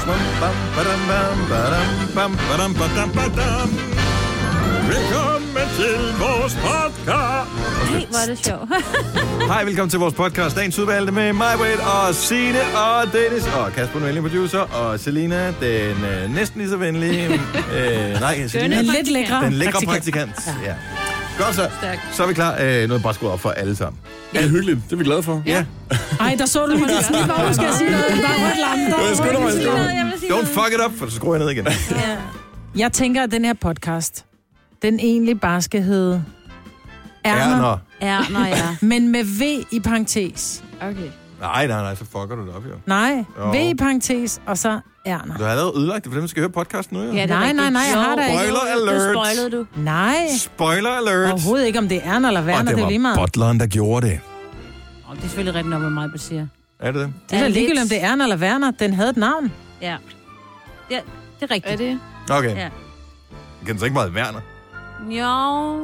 Velkommen til vores podcast. Hey, hvor er det sjovt. Hej, velkommen til vores podcast. Dagens udvalgte med mig, Wade, og Signe, og Dennis, og Kasper, den venlige producer, og Selina, den næsten lige så venlige. Selina, Den lidt lækre. Den lækre praktikant. Ja. Godt så er vi klar. Nu er bare skruet op for alle sammen. Ja, hyggeligt. Det er vi glade for. Ja. Ej, der så du lige det snit, hvor skal jeg sige noget. Der er rødt lampe. Don't fuck it up, for så skruer jeg ned igen. Ja. Jeg tænker, at den her podcast, den egentlig bare skal hedde Erner. Erner, ja. Men med V i parentes. Okay. Nej, så fucker du det op, jo. Nej, Jo. V i parentes, og så Erner. Du har allerede ødelagt det, for dem skal høre podcasten nu, jo. Ja, det er Nej, rigtigt. jeg har da ikke. Spoiler alert. Du spoilede du. Nej, Spoiler alert. overhovedet ikke, om det er Erner eller Werner, Og det er jo lige meget. butleren, der gjorde det. Det er selvfølgelig rigtigt nok, hvad mig siger. Er det det? Det er da lidt. ligegyldigt, om det er Erner eller Werner. Den havde et navn. Ja. Ja, det er rigtigt. Er det? Okay. Ja. Jeg kender så ikke meget Werner. Jo.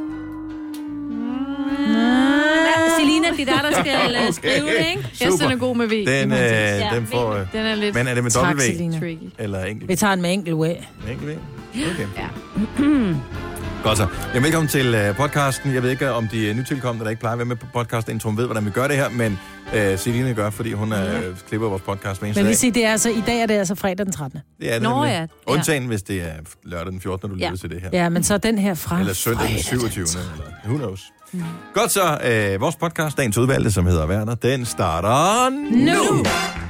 Selina, det er der skal skrive det, ikke? Hesten er god med V. Den får... Den er lidt Men er det med Tak, W Selina. tricky. eller enkelt? Vi tager den med enkelt V. Enkelt V? Okay. Ja. Godt så. Ja, velkommen til podcasten. Jeg ved ikke, om de nytilkommende, der ikke plejer at være med på podcasten, ved, hvordan vi gør det her, men Selina gør, fordi hun klipper vores podcast med en Men vi dag. siger, det er altså, i dag er det altså fredag den 13. Det er det Nå, nemlig. ja. Undtagen, hvis det er lørdag den 14. du lytter til det her. Ja, men så den her fra Eller søndag den 27. Eller who knows. Godt så, vores podcast, dagens udvalgte, som hedder Werner, den starter nu.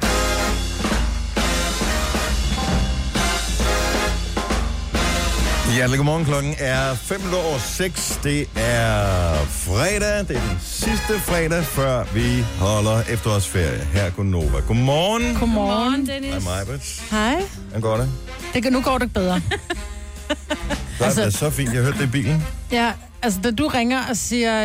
Hjertelig godmorgen. Klokken er 5:06. Det er fredag. Det er den sidste fredag, før vi holder efterårsferie her på Nova. Godmorgen. Godmorgen. Dennis. Hej, Majbert. Hej. Hvordan går det? Nu går det bedre. Det er så fint. Jeg hørte det i bilen. Ja, altså da du ringer og siger,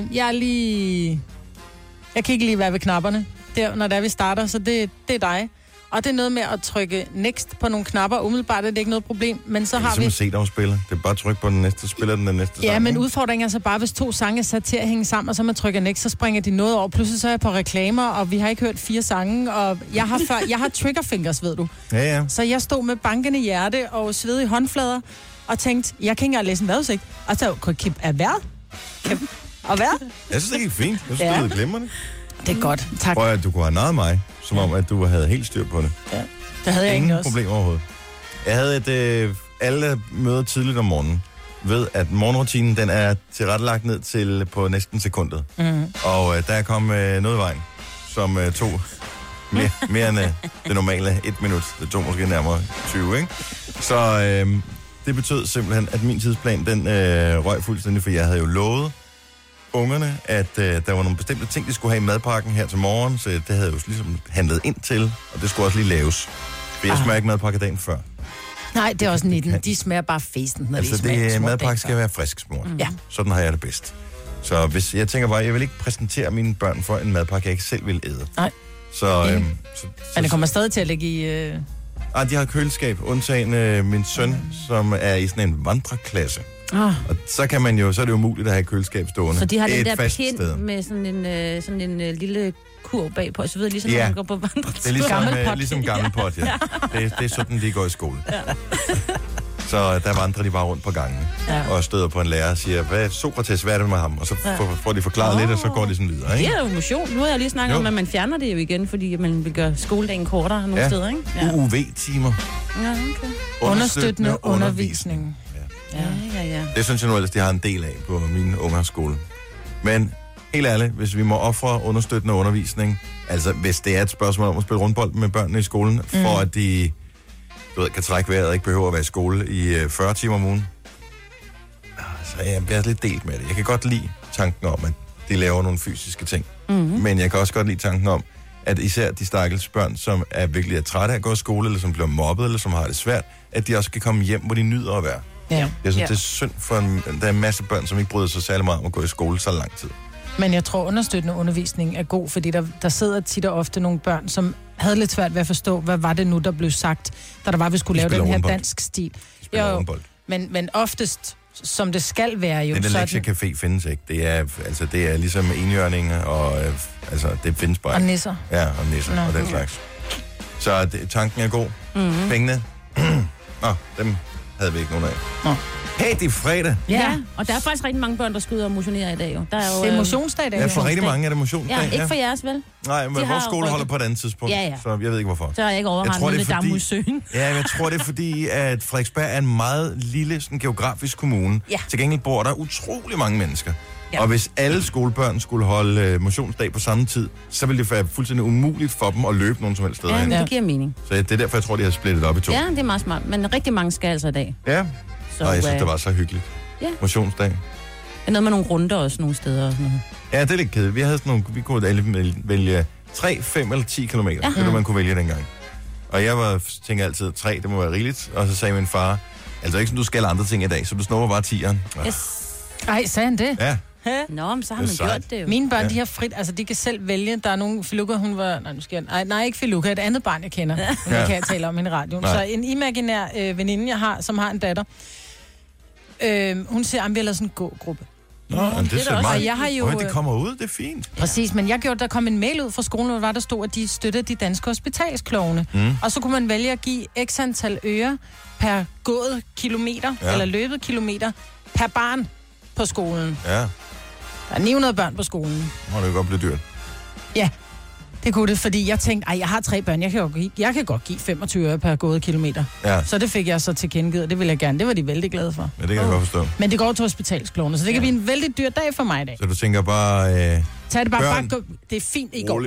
jeg kan ikke lige være ved knapperne, der, når vi starter, så det er dig. Og det er noget med at trykke next på nogle knapper. Umiddelbart er det ikke noget problem, men så Det er har vi... ligesom at se dig spille. Det er bare at trykke på den næste, spiller den næste sang. Ja, men ikke? udfordringen er så bare, hvis to sange er sat til at hænge sammen, og så man trykker next, så springer de noget over. Pludselig så er jeg på reklamer, og vi har ikke hørt 4 sange, og jeg har triggerfingers, ved du. Ja. Så jeg stod med bankende hjerte og svedige håndflader, og tænkte, jeg kan ikke engang læse en vejrudsigt. Og så kunne jeg er vejret? Og vejret? Jeg synes, det gik fint. Jeg synes, det glimrende. Det er godt, tak. Prøv at du kunne have naret mig, som om, at du havde helt styr på det. Ja, det havde jeg Ingen ikke også. problem overhovedet. Jeg havde alle møder tidligt om morgenen, ved at morgenrutinen, den er tilrettelagt ned til på næsten sekundet. Og der kom noget i vejen, som tog mere end det normale 1 minut. Det tog måske nærmere 20, ikke? Så det betød simpelthen, at min tidsplan, den røg fuldstændig, for jeg havde jo lovet ungerne, at der var nogle bestemte ting, de skulle have i madpakken her til morgen, så det havde jeg jo ligesom handlet ind til, og det skulle også lige laves. For jeg smager ikke madpakke dagen før. Nej, det er også 19. De smager bare festen, når Altså, de smager smurt madpakke dagen skal før. være frisk smurt. Ja. Sådan har jeg det bedst. Så hvis jeg tænker bare, jeg vil ikke præsentere mine børn for en madpakke, jeg ikke selv vil æde. Nej. Så, Men det kommer stadig til at ligge i... de har køleskab, undtagen min søn, som er i sådan en vandreklasse. Og så kan man jo, så er det jo muligt at have køleskab stående. Så de har den et der fast pind sted. med sådan en lille kurv bagpå, og så videre, ligesom Ja. når man går på vandretur. Det er ligesom Gammelpot. ligesom gammelpot, ja. Det er sådan, de går i skole. Ja. Så der vandrer de bare rundt på gangen og støder på en lærer og siger, Sokrates, hvad er det med ham? Og så får de forklaret lidt, og så går de sådan videre, Det ikke? er jo motion. Nu har jeg lige snakket om, at man fjerner det jo igen, fordi man vil gøre skoledagen kortere nogle steder, ikke? Ja. UV-timer. Ja, okay. Understøttende undervisning. Ja. Det synes jeg nu ellers, de har en del af på min ungers skole. Men helt ærligt, hvis vi må ofre understøttende undervisning, altså hvis det er et spørgsmål om at spille rundbold med børnene i skolen, for at de kan trække vejret og ikke behøver at være i skole i 40 timer om ugen, så jeg bliver lidt delt med det. Jeg kan godt lide tanken om, at de laver nogle fysiske ting. Men jeg kan også godt lide tanken om, at især de stakkels børn, som er virkelig trætte af at gå i skole, eller som bliver mobbet, eller som har det svært, at de også kan komme hjem, hvor de nyder at være. Ja. Jeg synes, det er synd for der er en masse børn, som ikke bryder sig særlig meget om at gå i skole så lang tid. Men jeg tror, understøttende undervisning er god, fordi der sidder tit og ofte nogle børn, som havde lidt svært ved at forstå, hvad var det nu, der blev sagt, da der var, vi skulle lave den her rundbold. dansk stil. De spiller rundbold. Men oftest, som det skal være jo. Den der lektiecafé findes ikke. Det er ligesom enhjørninger, og det findes bare Og ikke. nisser. Ja, og nisser Nå, og den okay. slags. Så tanken er god. Mm-hmm. Pengene, dem havde vi ikke nogen af. Nå. Hey, det er fredag. Ja, og der er faktisk rigtig mange børn, der skal ud og motionere i dag. Jo. Der er jo, Det er motionsdag i dag. Ja, for rigtig mange er det motionsdag. Ja, ikke for jeres, vel? Nej, men vores skole holder på et andet tidspunkt, så jeg ved ikke hvorfor. Så er jeg ikke overrendet med Damhussøen. Ja, jeg tror, det er fordi, at Frederiksberg er en meget lille sådan, geografisk kommune. Ja. Til gengæld bor der utrolig mange mennesker. Ja. Og hvis alle skolebørn skulle holde motionsdag på samme tid, så ville det være fuldstændig umuligt for dem at løbe nogen som helst steder hen. Ja, det giver mening. Så det er derfor, jeg tror, de har splittet op i to. Ja, det er meget smart. Men rigtig mange skal altså i dag. Ja. Så, Og jeg synes, det var så hyggeligt. Ja. Motionsdag. Det er noget med nogle runder også nogle steder. Og sådan noget. Ja, det er lidt kedeligt. Vi kunne vælge 3, 5 eller 10 kilometer. Det man kunne vælge dengang. Og jeg tænkte altid, 3, det må være rigeligt. Og så sagde min far, altså ikke sådan, du skal andre ting i dag, så du snupper bare 10'eren. Ja. Yes. Ej, sagde han det? Ja. Nå, men så har man gjort det jo. Mine børn, de har frit, altså de kan selv vælge. Der er nogle, Filuka, hun var, nej, ikke Filuka, et andet barn, jeg kender. Hun kan jeg tale om i radioen. Så en imaginær veninde, jeg har, som har en datter, hun siger, at vi har lavet sådan en gå-gruppe. Nå, det er så meget. Og jeg har jo, det kommer ud, det er fint. Præcis, men jeg gjorde, der kom en mail ud fra skolen, hvor der stod, at de støttede de danske hospitalsklovne. Og så kunne man vælge at give x antal øre per gået kilometer, eller løbet kilometer, per barn på skolen. Ja. Der er 900 børn på skolen. Må det godt blive dyrt. Ja, det kunne det, fordi jeg tænkte, jeg har 3 børn, jeg kan godt give 25 øre per gået kilometer. Ja. Så det fik jeg så tilkendegivet, og det ville jeg gerne. Det var de vældig glade for. Ja, det kan jeg godt forstå. Men det går til hospitalsklovene, så det kan blive en vældig dyr dag for mig i dag. Så du tænker bare, tag det bare det er fint, I går. Rolig.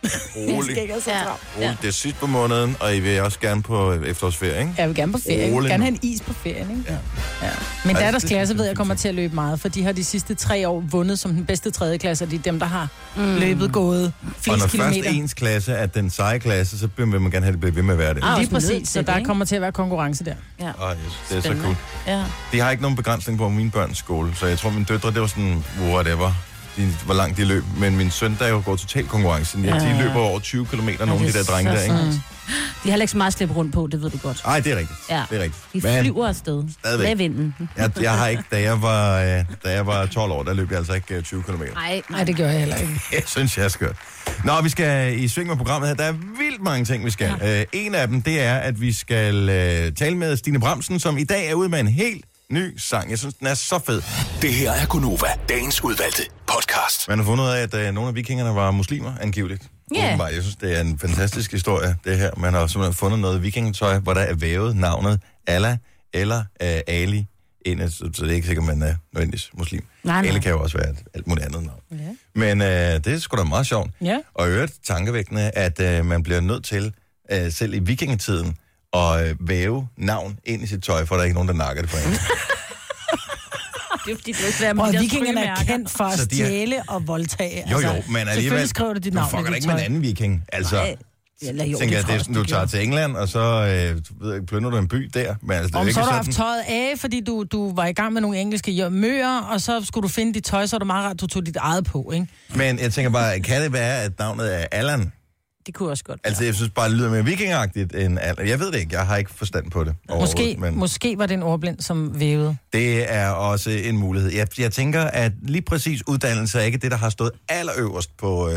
Ja. Det er sidst på måneden, og I vil også gerne på efterårsferie, ikke? Jeg vil gerne på ferie. Jeg vil gerne have en is på ferien, ikke? Ja. Min datters klasse ved jeg kommer til at løbe meget, for de har de sidste 3 år vundet som den bedste 3. klasse, og de er dem, der har løbet, gået flest kilometer. Og når kilometer. først ens klasse er den seje klasse, så vil man gerne have det blive ved med at være det. Lige præcis, så der kommer til at være konkurrence der. Ja. Det er så cool. Ja. De har ikke nogen begrænsning på mine børns skole, så jeg tror, mine døtre, det var sådan, whatever. Hvor langt de løb. Men min søn, der jo går total konkurrence. De løber over 20 kilometer, nogle af de der drenge der, ikke? De har heller ikke så meget at slippe rundt på, det ved du godt. Nej, det er rigtigt. Ja. Det er rigtigt. De flyver afsted. Lad vinden. Jeg har ikke, da jeg var 12 år, der løb jeg altså ikke 20 kilometer. Nej, det gør jeg heller ikke. Jeg synes, jeg er skørt. Nå, vi skal i sving med programmet her. Der er vildt mange ting, vi skal. En af dem, det er, at vi skal tale med Stine Bramsen, som i dag er ude med en helt ny sang. Jeg synes, den er så fed. Det her er Gonova, dagens udvalgte podcast. Man har fundet ud af, at nogle af vikingerne var muslimer, angiveligt. Yeah. Jeg synes, det er en fantastisk historie, det her. Man har simpelthen fundet noget vikingetøj, hvor der er vævet navnet Allah eller Ali ind, så det er ikke sikkert, man er nødvendigvis muslim. Nej. Ali kan jo også være alt muligt andet navn. Yeah. Men det er sgu da meget sjovt. Yeah. Og i øvrigt tankevækkende, at man bliver nødt til, selv i vikingetiden, at væve navn ind i sit tøj, for der er ikke nogen, der nakker det på en. Det er fordi, det vil være med og de vikingerne er kendt for at stjæle og voldtage. Jo, men alligevel, skriver du dit navn. Du fucker da ikke med en anden viking. Altså, tænker jeg, det er sådan, du tager til England, og så plønder du en by der. Men altså, det er så har du sådan... haft tøjet af, fordi du var i gang med nogle engelske møer, og så skulle du finde dit tøj, så er det meget rart, du tog dit eget på, ikke? Men jeg tænker bare, kan det være, at navnet er Allan? Det kunne også godt. Altså, jeg synes bare, det lyder mere vikingagtigt end Allan. Jeg ved det ikke, jeg har ikke forstand på det. Måske var det en ordblind, som vævede. Det er også en mulighed. Jeg tænker, at lige præcis uddannelse er ikke det, der har stået allerøverst på...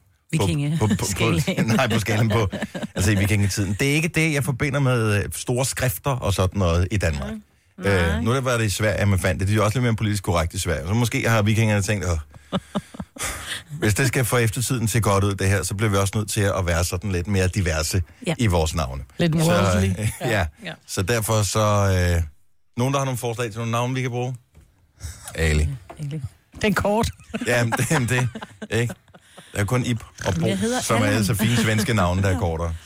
på skalen på, altså i vikingetiden. Det er ikke det, jeg forbinder med store skrifter og sådan noget i Danmark. Nu er det været det i Sverige, at man fandt det. Det er jo også lidt mere politisk korrekt i Sverige. Så måske har vikingerne tænkt, hvis det skal få eftertiden til godt ud det her, så bliver vi også nødt til at være sådan lidt mere diverse i vores navne. Lidt worldly. Ja. Så derfor så... nogen, der har nogle forslag til nogle navne, vi kan bruge? Ali. Den kort. Ja, det ikke? Der er kun Ib og Bo, som er så fine svenske navne, der er kortere.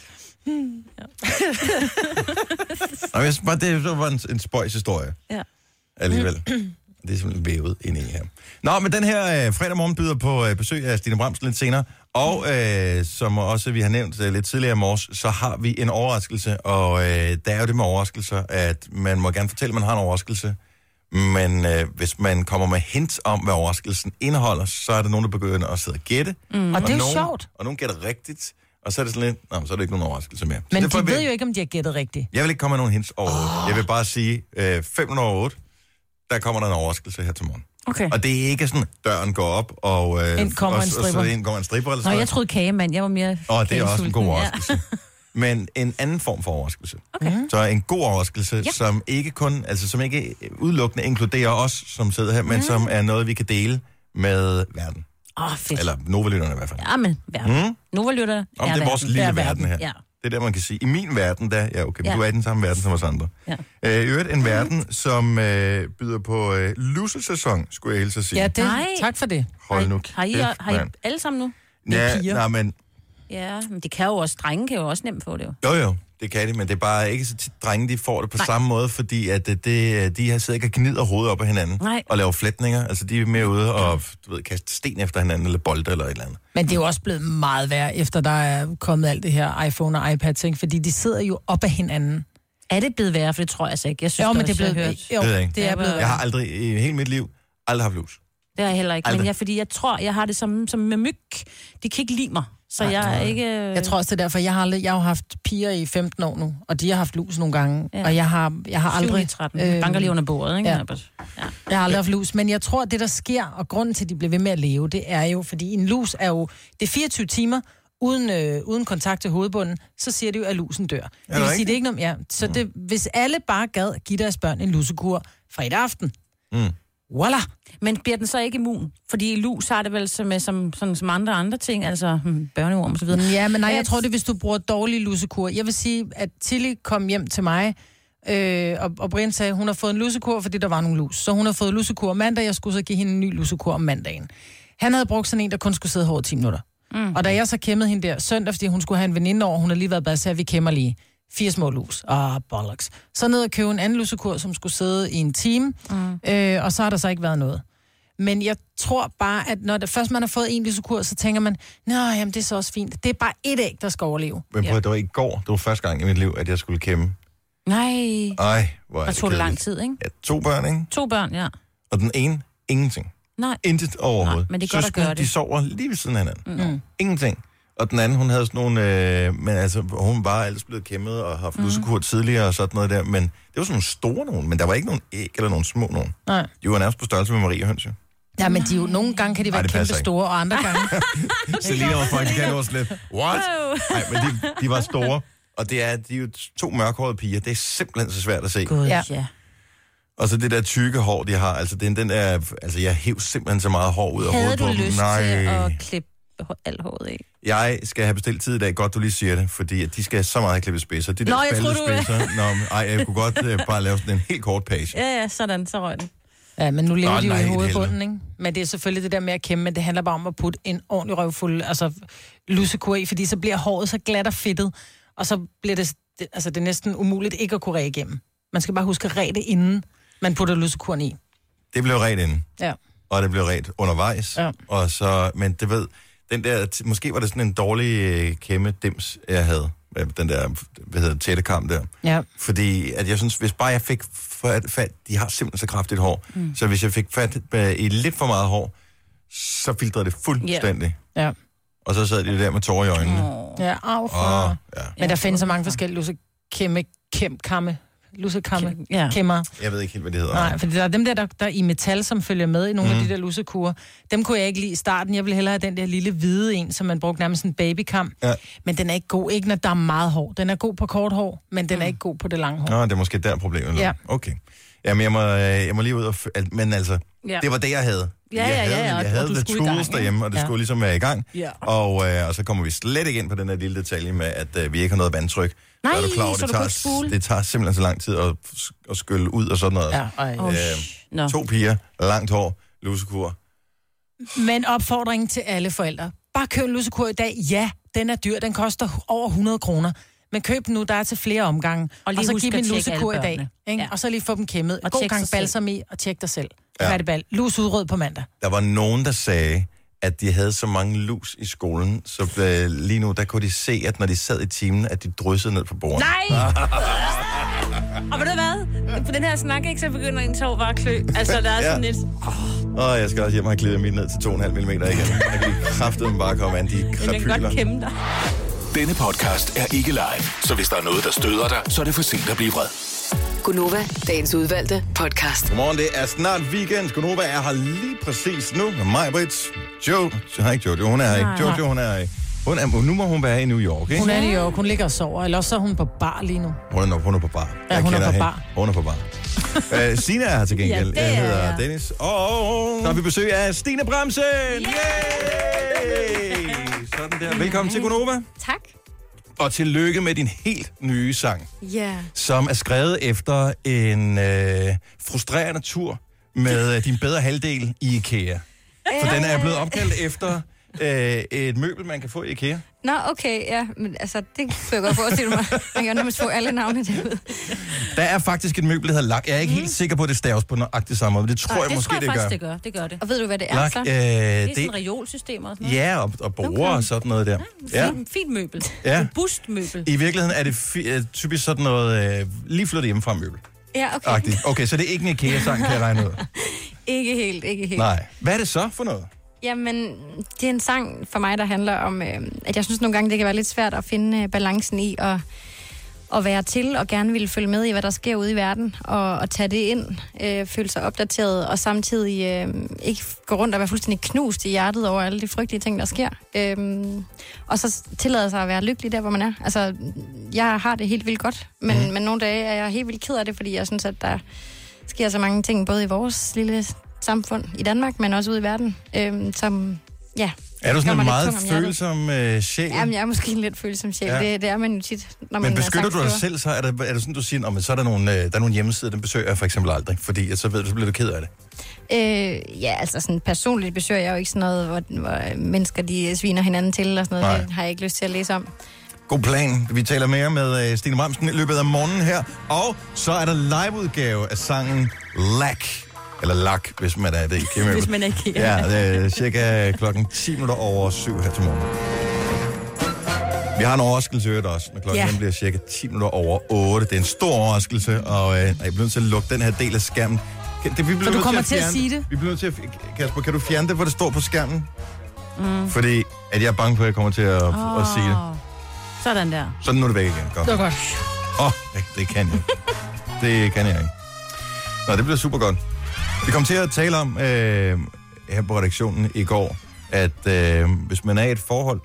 Nå, jeg synes bare, det var en spøjs historie. Ja. Alligevel. Det er simpelthen vævet ind i her. Nå, men den her fredag morgen byder på besøg af Stine Bramsen lidt senere. Og som også vi har nævnt lidt tidligere i morges, så har vi en overraskelse. Og der er jo det med overraskelser, at man må gerne fortælle, at man har en overraskelse. Men hvis man kommer med hint om, hvad overraskelsen indeholder, så er der nogen, der begynder at sidde og gætte. Og det er jo sjovt. Og nogen gætter rigtigt. Og så er det sådan lidt, så er det ikke nogen overraskelse mere. Men de ved jo ikke, om de har gættet rigtigt. Jeg vil ikke komme med nogen hints overhovedet. Jeg vil bare sige, 5:08, der kommer der en overraskelse her til morgen. Okay. Og det er ikke sådan, døren går op, og ind kommer en stripper. Og så ind kommer en stripper eller sådan jeg troede kagemand, jeg var mere det er også en god overraskelse. men en anden form for overraskelse. Okay. Så en god overraskelse, som ikke kun, altså som ikke udelukkende inkluderer os, som sidder her, men som er noget, vi kan dele med verden. Fedt. Eller Nova-lytterne i hvert fald. Ja, men verden. Nova-lytter Om det er vores lille verden her. Ja. Det er der, man kan sige. I min verden, der, men du er i den samme verden som os andre. Ja. I øvrigt en verden, som byder på lussesæson, skulle jeg hilse at sige. Ja, tak for det. Hold nu Har I alle sammen nu? Ja, men... Ja, men det kan jo også, drenge kan jo også nemt få det jo. Jo, det kan de, men det er bare ikke så tit drenge, de får det på samme måde, fordi at de har siddet ikke og gnider hovedet op af hinanden og laver flætninger. Altså, de er mere ude og kaste sten efter hinanden, eller bolde eller et eller andet. Men det er jo også blevet meget værre, efter der er kommet alt det her iPhone og iPad ting, fordi de sidder jo op af hinanden. Er det blevet værre? For det tror jeg altså ikke. Jeg synes, men det er blevet det er blevet værre. Jeg har aldrig i hele mit liv haft lus. Det har jeg heller ikke. Men fordi jeg tror, jeg har det som med myg. De kan ikke lide mig. Så jeg er ikke... Jeg tror også, det er derfor, jeg har jo haft piger i 15 år nu, og de har haft lus nogle gange, og jeg har aldrig... 13. Banker lige under bordet, ikke? Ja. Jeg har aldrig haft lus, men jeg tror, det der sker, og grunden til, at de bliver ved med at leve, det er jo, fordi en lus er jo... Det er 24 timer uden kontakt til hovedbunden, så siger det jo, at lusen dør. Det vil sige, det er ikke noget... Ja, så det, hvis alle bare gad give deres børn en lusekur fredag aften, voila! Men bliver den så ikke immun? Fordi lus har det vel som andre ting, altså børneorm og så videre. Ja, men nej, jeg tror det, hvis du bruger dårlig lusekur. Jeg vil sige, at Tilly kom hjem til mig, og Brian sagde, hun har fået en lusekur, fordi der var nogle lus. Så hun har fået lusekur mandag, jeg skulle så give hende en ny lusekur om mandagen. Han havde brugt sådan en, der kun skulle sidde over 10 minutter. Og da jeg så kæmmede hende der søndag, fordi hun skulle have en veninde over, hun har lige været bare sagde, vi kæmmer lige 4 små lus. Bollocks. Så ned og købe en anden lusekur, som skulle sidde i en time, og så har der så ikke været noget. Men jeg tror bare, at når først man har fået en lusekur, så tænker man, jamen det er så også fint. Det er bare et æg, der skal overleve. Men det var i går, det var første gang i mit liv, at jeg skulle kæmme. Nej. Hvor er det tog det lang tid, ikke? Ja, 2 børn, ikke? 2 børn, ja. Og den ene, ingenting. Nej. Intet overhovedet. Nej, men det er godt at gøre det. De sover lige ved siden af hinanden. Ingenting. Og den anden, hun havde sådan nogle... men altså, hun var ellers blevet kæmmet og haft lusekur tidligere og sådan noget der. Men det var sådan nogle store nogen, men der var ikke nogen æg eller nogen små nogen. Nej. De var nærmest på størrelse med Marie Høns, jo. Ja, men de jo, nogle gange kan de være kæmpe store, og andre gange... Selina var faktisk også lidt... What? Nej, men de var store. Og de er jo 2 mørkhårede piger. Det er simpelthen så svært at se. God, ja. Og så det der tykke hår, de har. Altså, den der... Altså, jeg hæv simpelthen så meget hår ud af hovedet på dem. Havde du lyst til at klippe alt håret af? Jeg skal have bestilt tid i dag. Godt, du lige siger det. Fordi at de skal så meget have klippet spidser. De der spidser. Jeg kunne godt bare lave sådan en helt kort page. Ja, sådan. Så røg den. Ja, men nu lever de jo i hovedbunden, ikke? Men det er selvfølgelig det der med at kæmpe, men det handler bare om at putte en ordentlig røvfuld, altså lusekur i, fordi så bliver håret så glat og fedtet, og så bliver det er næsten umuligt ikke at kunne ræge igennem. Man skal bare huske at ræge det, inden man putter lusekuren i. Det blev rægt inden. Ja. Og det blev rægt undervejs. Ja. Og så, men det ved, den der, måske var det sådan en dårlig kæmme-dims, jeg havde. Den der, tættekam der. Ja. Fordi, at jeg synes, hvis bare jeg fik fat, de har simpelthen så kraftigt hår, så hvis jeg fik fat i lidt for meget hår, så filtrede det fuldstændig. Ja. Og så sad de der med tårer i øjnene. Ja, ja. Men der findes så mange forskellige lusekæmmer. Jeg ved ikke helt, hvad det hedder. Nej, for der er dem der i metal, som følger med i nogle af de der lusekurer. Dem kunne jeg ikke lide i starten. Jeg ville hellere have den der lille hvide en, som man brugte nærmest en babykam. Ja. Men den er ikke god, ikke når der er meget hår. Den er god på kort hår, men den er ikke god på det lange hår. Nå, det er måske der problemet. Ja. Okay. Jamen, jeg må lige ud og... Men altså, det var det, jeg havde. Jeg havde the tools derhjemme, og det skulle ligesom være i gang. Ja. Og så kommer vi slet ikke ind på den her lille detalje med, at vi ikke har noget vandtryk. Nej, er du klar, det tager simpelthen så lang tid at skylle ud og sådan noget. Ja. 2 piger, langt hår, lusekur. Men opfordringen til alle forældre. Bare køb en lusekur i dag. Ja, den er dyr. Den koster over 100 kroner. Men køb den nu, der er til flere omgange. Og så giv dem en lusekur i dag. Ikke? Ja. Og så lige få dem kæmmet. Og god gang balsam i, og tjek dig selv. Ja. Lus udrød på mandag. Der var nogen, der sagde, at de havde så mange lus i skolen, så lige nu, der kunne de se, at når de sad i timen, at de dryssede ned på bordet. Nej! Og ved du hvad? På den her snak, ikke, så begynder en tog bare at klø. Altså, der er sådan lidt... jeg skal også hjem og have klippet mit ned til 2,5 mm igen. Jeg kan kraftedeme bare komme an, de krepyler. Jeg kan godt kæmpe dig. Denne podcast er ikke live, så hvis der er noget, der støder dig, så er det for sent at blive vred. Gunova, dagens udvalgte podcast. Godmorgen, det er snart weekend. Gunova er her lige præcis nu. Mig, Britt, Joe. Hej, Jojo, hun er her ikke. Jojo, hun er her ikke. Nu må hun være i New York, ikke? Hun er i New York, hun ligger og sover, eller også er hun på bar lige nu. Hun er på bar. Ja, hun er på bar. Hun er på bar. Signe er her til gengæld. Ja, jeg hedder jeg. Dennis. Så har vi besøg af Stine Bramsen. Yay! Sådan der. Velkommen til Gonova. Tak. Og tillykke med din helt nye sang, Ja. som er skrevet efter en frustrerende tur med din bedre halvdel i IKEA. For den er blevet opkaldt efter et møbel, man kan få i IKEA. Nå, okay, ja. Men altså, det kunne jeg godt forestille mig. Man kan jo nærmest få alle navne derude. Der er faktisk et møbel, der hedder lak. Jeg er ikke helt sikker på, at det staves på nøjagtig samme måde, men det tror jeg måske, det gør. Det gør. Det gør det. Og ved du, hvad det er Lak, så? Det er sådan reolsystem og sådan noget. ja, og borer og sådan noget der. Ja. Fint møbel. Ja. Robust møbel. I virkeligheden er det typisk sådan noget lige flyttet hjemmefra møbel. Ja, okay. Agtigt. Okay, så det er ikke en IKEA-sang, kan jeg regne ud. Ikke helt. Nej. Hvad er det så for noget? Jamen, det er en sang for mig, der handler om, at jeg synes nogle gange, det kan være lidt svært at finde balancen i at være til og gerne ville følge med i, hvad der sker ude i verden, og tage det ind, føle sig opdateret, og samtidig ikke gå rundt og være fuldstændig knust i hjertet over alle de frygtelige ting, der sker. Og så tillade sig at være lykkelig der, hvor man er. Altså, jeg har det helt vildt godt, men nogle dage er jeg helt vildt ked af det, fordi jeg synes, at der sker så mange ting, både i vores lille samfund i Danmark, men også ude i verden, som, ja... Er du sådan en meget følsom sjæl? Jamen, jeg er måske en lidt følsom sjæl. Ja. Det er man jo tit, når man men beskytter du dig selv, så er det sådan, du siger, så er der nogle hjemmesider, den besøger jeg for eksempel aldrig, fordi så ved du, så bliver du ked af det. Ja, altså sådan personligt besøger jeg jo ikke sådan noget, hvor mennesker, de sviner hinanden til og sådan noget. Nej. Det har jeg ikke lyst til at læse om. God plan. Vi taler mere med Stine Bramsen i løbet af morgenen her. Og så er der liveudgave af sangen Lak. Eller lak, hvis man er det. Hvis man er ikke. Ja, det er cirka klokken 7 her til morgen. Vi har en overraskelse også, når klokken bliver cirka 8. Det er en stor overraskelse, og jeg bliver nødt til at lukke den her del af skærmen. Så du kommer til at sige det? Vi bliver nødt til at... Kasper, kan du fjerne det, hvor det står på skærmen? Fordi at jeg er bange for, at jeg kommer til at sige det. Sådan der. Sådan nu er det væk igen. Godt. Det var godt. Det kan jeg. Det kan jeg ikke. Nå, det bliver super godt. Vi kom til at tale om her på redaktionen i går, at hvis man er i et forhold,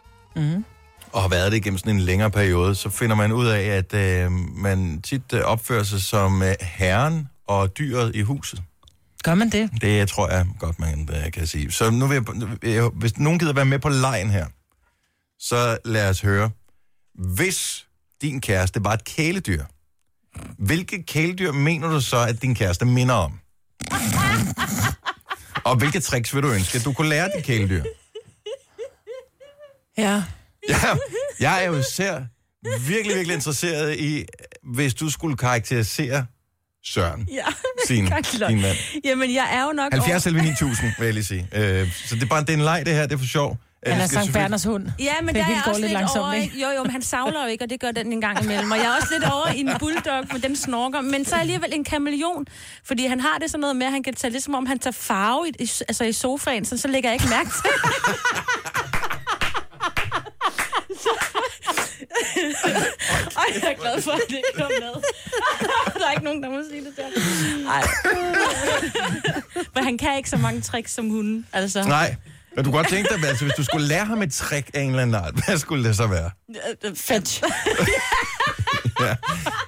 og har været det gennem sådan en længere periode, så finder man ud af, at man tit opfører sig som herren og dyret i huset. Gør man det? Det tror jeg godt, man kan sige. Så nu vil jeg, hvis nogen gider være med på lejen her, så lad os høre. Hvis din kæreste var et kæledyr, hvilke kæledyr mener du så, at din kæreste minder om? Og hvilke tricks vil du ønske, at du kunne lære dit kæledyr? Ja. Jeg er jo især virkelig interesseret i, hvis du skulle karakterisere Søren, din mand. Jamen, jeg er jo nok 70 eller 9000, vil jeg lige sige. Så det er en leg, det her, det er for sjov. Han er Sankt Berners hund. Ja, men der er jeg også lidt over, ikke? Jo, men han savler jo ikke, og det gør den en gang imellem. Og jeg er også lidt over i en bulldog, men den snorker. Men så er alligevel en kameleon, fordi han har det sådan noget med, at han kan tage lidt som om, han tager farve i sofaen, så lægger jeg ikke mærke til. Jeg er glad for, at det kom med. Der er ikke nogen, der må sige det der. Nej. Men han kan ikke så mange tricks som hunden. Altså. Nej. Men du kan godt tænke dig, altså, hvis du skulle lære ham et trick af en eller anden art, hvad skulle det så være? Fetch. Ja.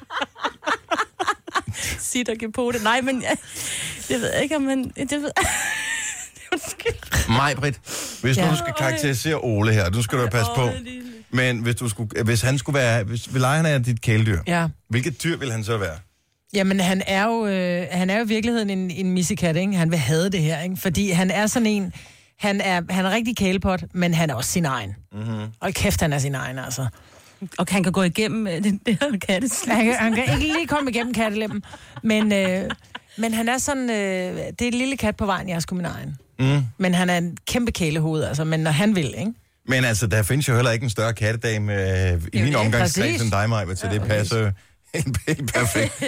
Sit og give på det. Nej, men det ved jeg ikke, om man... Det ved Maj-Britt, hvis nu du skal karakterisere Ole her, du skal du passe på. Men hvis han skulle være... Hvis lejen er dit kæledyr, hvilket dyr vil han så være? Jamen, han er jo i virkeligheden en missekat, ikke? Han vil have det her, ikke? Fordi han er sådan en... Han er rigtig kælepot, men han er også sin egen. Mm-hmm. Og kæft, han er sin egen, altså. Og han kan gå igennem det her katteslem. Han kan ikke lige komme igennem kattelemmen. Men han er sådan... det er et lille kat på vejen, jeg er sgu min egen. Mm. Men han er en kæmpe kælehoved, altså. Men når han vil, ikke? Men altså, der findes jo heller ikke en større kattedame i min omgangskreds end dig, Maja, så det passer helt perfekt.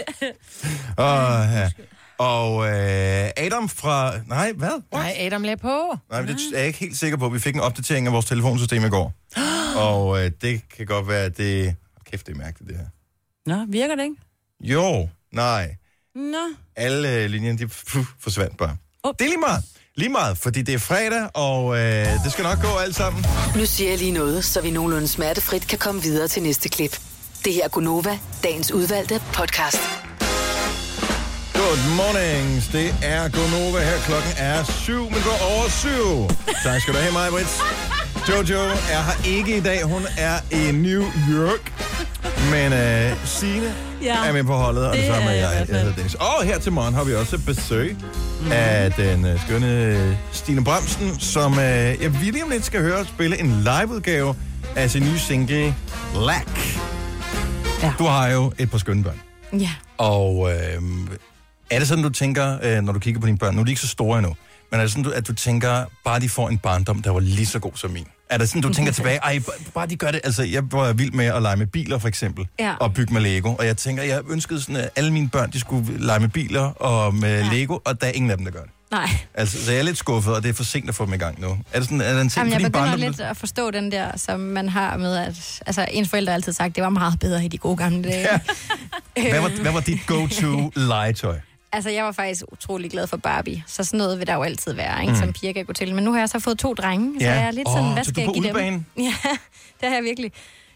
Og Adam fra... Nej, hvad? Nej, Adam lagde på. Nej, men det er jeg ikke helt sikker på. Vi fik en opdatering af vores telefonsystem i går. Og det kan godt være, at det... Kæft, det er mærkeligt, det her. Nå, virker det ikke? Jo, nej. Nå. Alle linjerne, de forsvandt bare. Det er lige meget, fordi det er fredag, og det skal nok gå alt sammen. Nu siger jeg lige noget, så vi nogenlunde smertefrit kan komme videre til næste klip. Det her er Gunova, dagens udvalgte podcast. Good mornings. Det er Gunova her. Klokken er 7, men går over 7. Tak skal du have, Maja Brits. Jojo er her ikke i dag. Hun er i New York. Men Signe er med på holdet, og det samme er jeg hedder Dennis. Og her til morgen har vi også besøg af den skønne Stine Bramsen, som jeg virkelig om lidt skal høre spille en liveudgave af sin nye single, Lack. Ja. Du har jo et par skønne børn. Ja. Og er det sådan, du tænker, når du kigger på dine børn, nu er de ikke så store endnu, men er det sådan, at du tænker, bare de får en barndom, der var lige så god som min? Er det sådan, du tænker tilbage, bare de gør det? Altså, jeg var vild med at lege med biler, for eksempel, og bygge med Lego. Og jeg tænker, jeg ønskede sådan, at alle mine børn, de skulle lege med biler og med Lego, og der er ingen af dem, der gør det. Nej. Altså, så jeg er lidt skuffet, og det er for sent at få dem i gang nu. Er det sådan, er der en ting, jeg begynder lidt at forstå den der, som man har med, at altså, ens forældre har altid sagt, det var meget bedre i de gode gamle dage. Ja. Hvad var dit go-to legetøj? Altså, jeg var faktisk utrolig glad for Barbie, så sådan noget vil der jo altid være, ikke, som piger kan gå til. Men nu har jeg så fået 2 drenge, så jeg er lidt sådan, hvad skal jeg give dem? Ja, det har jeg virkelig.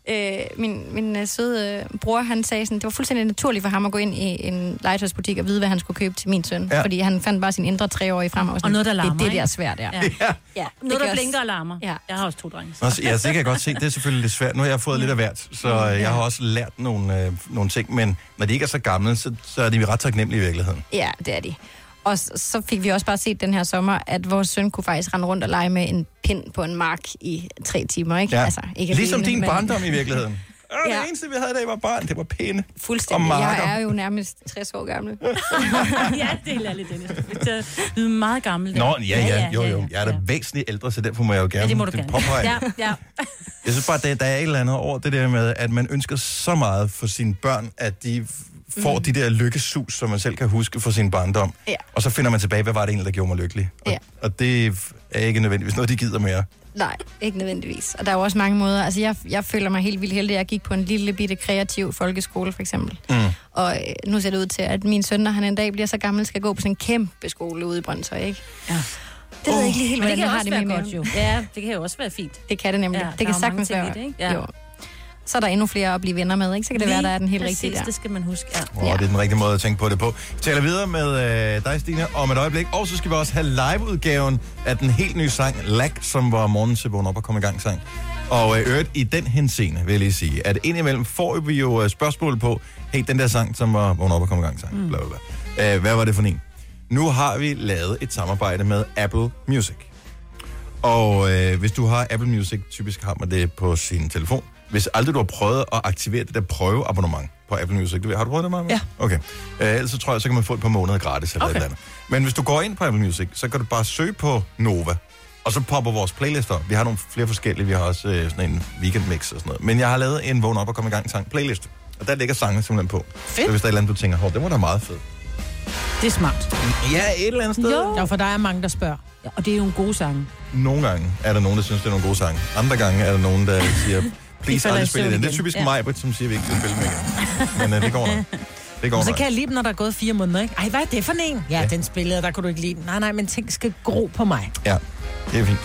Min søde bror, han sagde sådan, det var fuldstændig naturligt for ham at gå ind i en legetøjsbutik og vide, hvad han skulle købe til min søn. Fordi han fandt bare sin indre 3-årige frem. Og noget, der larmer, det der er svært, ja. Noget, der blinker og larmer. Ja. Jeg har også 2 drenge. Ja, det kan jeg godt se. Det er selvfølgelig lidt svært. Nu har jeg fået lidt af hvert, så jeg har også lært nogle ting. Men når de ikke er så gamle, så er de ret taknemmelige i virkeligheden. Ja, det er de. Og så fik vi også bare set den her sommer, at vores søn kunne faktisk rende rundt og lege med en pind på en mark i 3 timer, ikke? Ja. Altså, ikke ligesom alene, din barndom i virkeligheden. Det eneste, vi havde, da jeg var barn, det var pinde. Fuldstændig. Jeg er jo nærmest 60 år gammel. Ja, det er lidt, Dennis. Du er meget gammel. Nå, jo. Jeg er da væsentligt ældre, så derfor må jeg jo gerne. Ja, det må du gerne. Påpege. Ja. Jeg synes bare, der er et eller andet over det der med, at man ønsker så meget for sine børn, at de får de der lykkesus, som man selv kan huske fra sin barndom. Ja. Og så finder man tilbage, hvad var det egentlig, der gjorde mig lykkelig? Og det er ikke nødvendigvis noget, de gider mere. Nej, ikke nødvendigvis. Og der er jo også mange måder. Altså, jeg føler mig helt vildt heldig. Jeg gik på en lille bitte kreativ folkeskole, for eksempel. Og nu ser det ud til, at min søn, når han en dag bliver så gammel, skal gå på sådan en kæmpe skole ude i Brøndshøj, ikke? Ja. Det ved jeg ikke lige helt, hvordan jeg har det med godt, jo. Ja, det kan jo også være fint. Det kan det nemlig. Ja, det kan sagtens være. Det, ja. Jo. Så er der endnu flere at blive venner med, ikke? Så kan det være, der er den helt rigtige der. Det skal man huske, det er den rigtige måde at tænke på det på. Vi taler videre med dig, Stine, om et øjeblik. Og så skal vi også have liveudgaven af den helt nye sang, Lack, som var morgen til vågen op og komme i gang sang. Og øvrigt i den henseende, vil jeg lige sige, at indimellem får vi jo spørgsmål på, hey, den der sang, som var vågen op og komme i gang sang. Hvad var det for en? Nu har vi lavet et samarbejde med Apple Music. Og hvis du har Apple Music, typisk har man det på sin telefon. Hvis aldrig du har prøvet at aktivere det der prøveabonnement på Apple Music, har du prøvet det, Maja? Ja. Okay. Ellers så tror jeg, så kan man få et par måneder gratis eller et eller andet. Men hvis du går ind på Apple Music, så kan du bare søge på Nova, og så popper vores playlister. Vi har nogle flere forskellige, vi har også sådan en weekendmix og sådan noget. Men jeg har lavet en vågen op og komme i gang sang playlist, og der ligger sange simpelthen på. Fedt. Så hvis der er et eller andet, du tænker, det var da meget fedt. Det er smart. Ja, et eller andet sted. Jo. Ja, for der er mange, der spørger. Ja, og det er jo en god sang. Nogle gange er der nogen, der synes, det er nogle gode sange. Andre gange er der nogen, der siger, please aldrig spille den. Det er typisk mig, som siger, vi ikke skal spille med igen. Men det går nok. Det går og så nok. kan jeg lide dem, når der er gået 4 måneder, ikke? Ej, hvad er det for en? Ja, den spillede, der kunne du ikke lide den. Nej, men ting skal gro på mig. Ja, det er fint.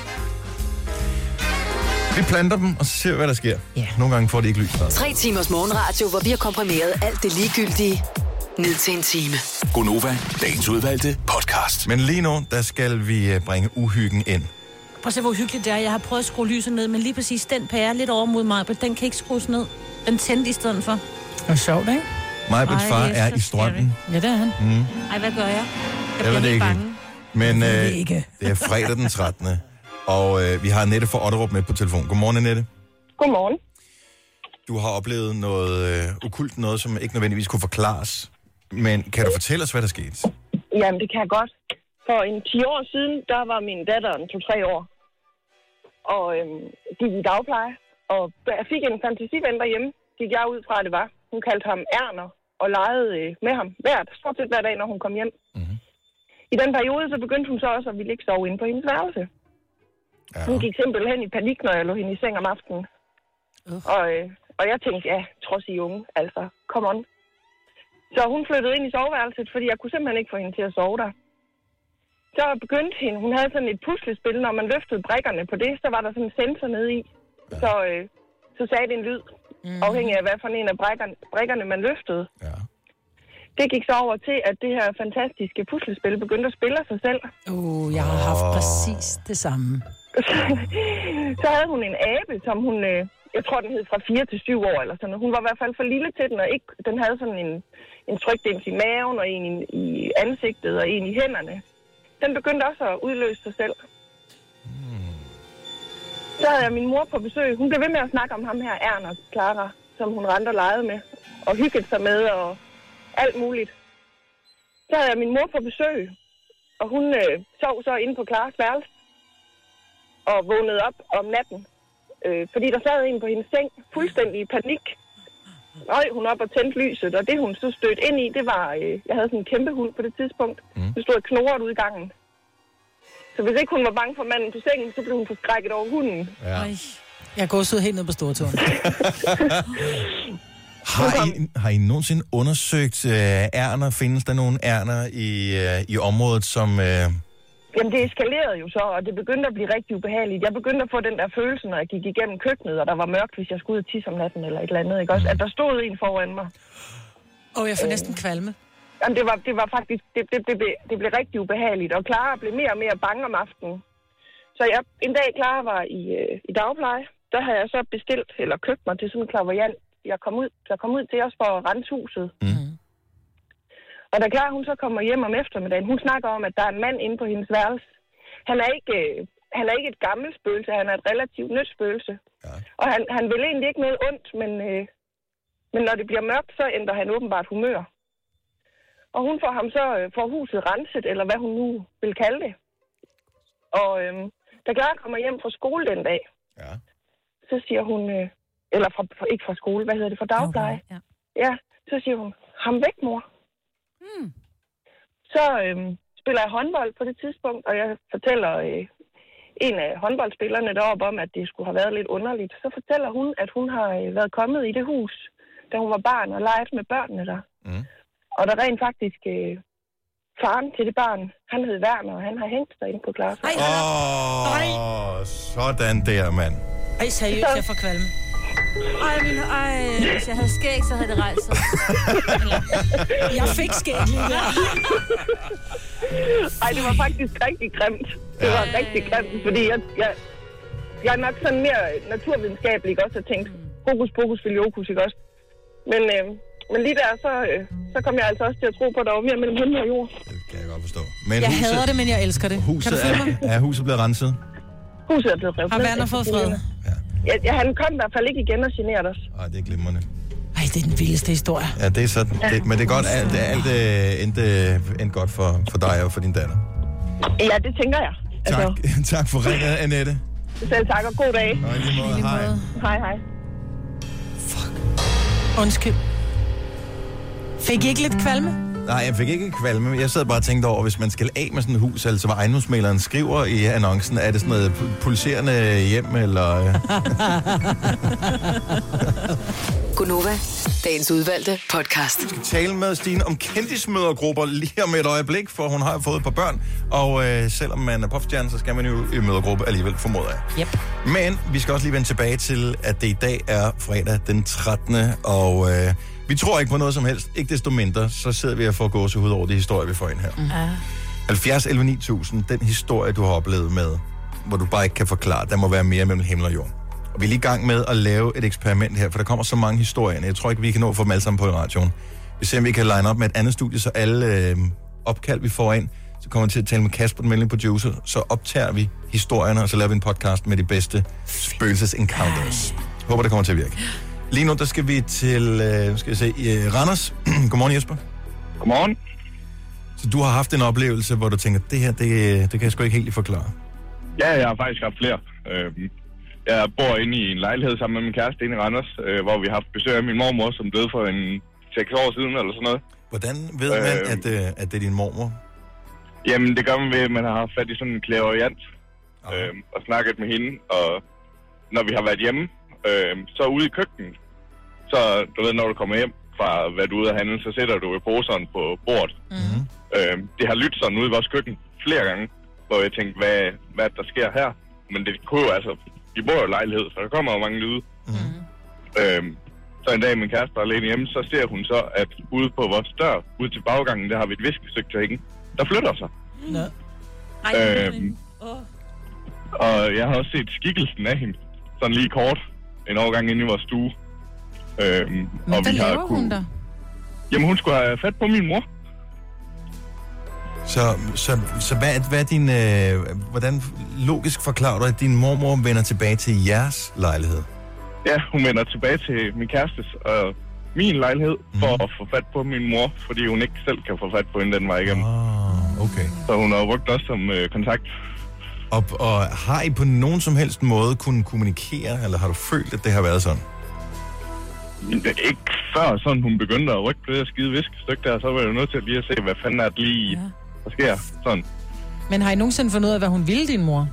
Vi planter dem, og så ser vi, hvad der sker. Nogle gange får de ikke lys. 3 timers morgenradio, hvor vi har komprimeret alt det ligegyldige ned til en time. Gunova, dagens udvalgte podcast. Men lige nu, der skal vi bringe uhyggen ind. Prøv at se, hvor hyggeligt det er. Jeg har prøvet at skrue lyset ned, men lige præcis den pære lidt over mod mig, den kan ikke skrues ned. Den tændte i stedet for. Det er sjovt, ikke? Majbrits far er i strømmen. Ja, det er han. Ej, hvad gør jeg? Jeg bliver helt bange. Men ikke. Det er fredag den 13. Og vi har Annette fra Otterup med på telefon. Godmorgen, Annette. Godmorgen. Du har oplevet noget okkult, noget som ikke nødvendigvis kunne forklares. Men kan du fortælle os, hvad der skete? Jamen, det kan jeg godt. For 10 år siden, der var min datter 2-3 år. Og gik i dagpleje. Og da jeg fik en fantasiven derhjemme, gik jeg ud fra, at det var. Hun kaldte ham Erner og legede med ham stort set hver dag, når hun kom hjem. Mm-hmm. I den periode, så begyndte hun så også at ville ikke sove inde på hendes værelse. Ja. Hun gik simpelthen i panik, når jeg lå hende i seng om aftenen. Og jeg tænkte, ja, trods I unge, altså, come on. Så hun flyttede ind i soveværelset, fordi jeg kunne simpelthen ikke få hende til at sove der. Så begyndte hun havde sådan et puslespil, når man løftede brikkerne på det, så var der sådan en sensor nede i. Ja. Så sagde det en lyd, afhængig af hvad for en af brikkerne man løftede. Ja. Det gik så over til, at det her fantastiske puslespil begyndte at spille sig selv. Jeg har haft præcis det samme. Så havde hun en abe, som hun, jeg tror den hed fra 4 til 7 år eller sådan noget. Hun var i hvert fald for lille til den, og den havde sådan en trykdæms i maven, og en i ansigtet, og en i hænderne. Den begyndte også at udløse sig selv. Så havde jeg min mor på besøg. Hun blev ved med at snakke om ham her, Ernst Clara, som hun rendte og legede med, og hyggede sig med, og alt muligt. Så havde jeg min mor på besøg, og hun sov så inde på Claras værelse, og vågnede op om natten, fordi der sad en på hendes seng, fuldstændig i panik. Røg hun op og tændte lyset, og det hun så stødte ind i, det var, jeg havde sådan en kæmpe hund på det tidspunkt, så stod og knurrede ude i gangen. Så hvis ikke hun var bange for manden på sengen, så blev hun forskrækket over hunden. Ja. Jeg går så helt ned på stortåen. Har I nogensinde undersøgt ærner? Findes der nogle ærner i området, som... Jamen, det eskalerede jo så, og det begyndte at blive rigtig ubehageligt. Jeg begyndte at få den der følelse, når jeg gik igennem køkkenet, og der var mørkt, hvis jeg skulle ud og tisse om natten eller et eller andet, ikke også? At der stod en foran mig. Jeg får næsten kvalme. Jamen, det var faktisk... Det blev rigtig ubehageligt, og Clara blev mere og mere bange om aftenen. Så en dag Clara var i dagpleje, der havde jeg så bestilt, eller købt mig til sådan en clairvoyant. Jeg kom ud til os for at rense huset. Og da Clara, hun så kommer hjem om eftermiddagen, hun snakker om, at der er en mand inde på hendes værelse. Han er ikke et gammelt spøgelse, han er et relativt nyt spøgelse. Ja. Og han vil egentlig ikke noget ondt, men når det bliver mørkt, så ændrer han åbenbart humør. Og hun får ham så får huset renset, eller hvad hun nu vil kalde det. Og da Clara kommer hjem fra skole den dag, så siger hun, eller ikke fra skole, hvad hedder det, fra dagpleje. Okay, ja, så siger hun, ham væk, mor. Så spiller jeg håndbold på det tidspunkt, og jeg fortæller en af håndboldspillerne deroppe om, at det skulle have været lidt underligt. Så fortæller hun, at hun har været kommet i det hus, da hun var barn og leget med børnene der. Og der rent faktisk faren til det barn, han hed Werner, og han har hængt sig inde på Claras. Sådan der, mand. Seriøst, jeg får kvalme. Hvis jeg havde skæg, så havde det rejst sig. Jeg fik skæg lige der. Det var faktisk rigtig grimt. Det var rigtig grimt, fordi jeg er nok sådan mere naturvidenskabelig, ikke også, og tænkt, hokus pokus filiokus, ikke også? Men lige der, så kom jeg altså også til at tro på, at der var mere mellem himmel og jord. Det kan jeg godt forstå. Men jeg hader det, men jeg elsker det. Er huset blevet renset? Huset er blevet revet. Har Werner fået fred? Ja, han kom i hvert fald ikke igen og generede os. Det er glimrende. Det er den vildeste historie. Ja, det er sådan. Ja. Men det er godt, alt endte godt for dig og for din datter. Ja, det tænker jeg. Tak for ringet, Annette. Selv tak, og god dag. Og i lige måde, hej. Hej. Fuck. Undskyld. Fik I ikke lidt kvalme? Nej, jeg fik ikke kvalme. Jeg sad bare og tænkte over, hvis man skal af med sådan et hus, altså hvad ejendomsmægleren skriver i annoncen, er det sådan noget pulserende hjem, eller... Gunova, dagens udvalgte podcast. Vi skal tale med Stine om kendismødergrupper lige om et øjeblik, for hun har jo fået et par børn, og selvom man er popstjerne, så skal man jo i mødergruppe alligevel, formoder jeg. Yep. Men vi skal også lige vende tilbage til, at det i dag er fredag den 13. og... vi tror ikke på noget som helst. Ikke desto mindre, så sidder vi og får gåsehud over de historier, vi får ind her. 70 11 9000, den historie, du har oplevet med, hvor du bare ikke kan forklare, der må være mere mellem himmel og jord. Og vi er lige i gang med at lave et eksperiment her, for der kommer så mange historier. Jeg tror ikke, vi kan nå at få dem alle sammen på i radioen. Vi ser, om vi kan line op med et andet studie, så alle opkald, vi får ind, så kommer vi til at tale med Kasper, den melding producer, så optager vi historierne, og så laver vi en podcast med de bedste spøgelses-encounters. Håber, det kommer til at virke. Lige nu, der skal vi til, Randers. Godmorgen, Jesper. Godmorgen. Så du har haft en oplevelse, hvor du tænker, det her, det kan jeg sgu ikke helt forklare. Ja, jeg har faktisk haft flere. Jeg bor inde i en lejlighed sammen med min kæreste inde i Randers, hvor vi har haft besøg af min mormor, som døde for 6 år siden, eller sådan noget. Hvordan ved man, at det er din mormor? Jamen, det gør man ved, at man har haft fat i sådan en clairvoyant, og snakket med hende, og når vi har været hjemme, så ude i køkkenet, så du ved, når du kommer hjem fra hvad du er ude at handle, så sætter du poseren på bordet. Det har lydt sådan ude i vores køkken flere gange, hvor jeg tænkte, hvad der sker her. Men det kunne jo altså, vi bor jo i lejlighed, så der kommer jo mange lyde. Så en dag min kæreste er alene hjemme, så ser hun så, at ude på vores dør, ude til baggangen, der har vi et viskestykke til hænge, der flytter sig. Og jeg har også set skikkelsen af hende, sådan lige kort, en overgang inde i vores stue. Men hvad laver hun der? Jamen, hun skulle have fat på min mor. Så hvad er din... hvordan logisk forklarer du, at din mormor vender tilbage til jeres lejlighed? Ja, hun vender tilbage til min kærestes og min lejlighed for at få fat på min mor, fordi hun ikke selv kan få fat på hende den vej igennem. Okay. Så hun har brugt os som kontakt. Og har I på nogen som helst måde kunnet kommunikere, eller har du følt, at det har været sådan? Ikke før sådan, hun begyndte at rykke på det der skide viskestykke der, så var jeg jo nødt til lige at se, hvad fanden er det lige, der sker. Sådan. Men har I nogensinde fundet ud af, hvad hun ville, din mor?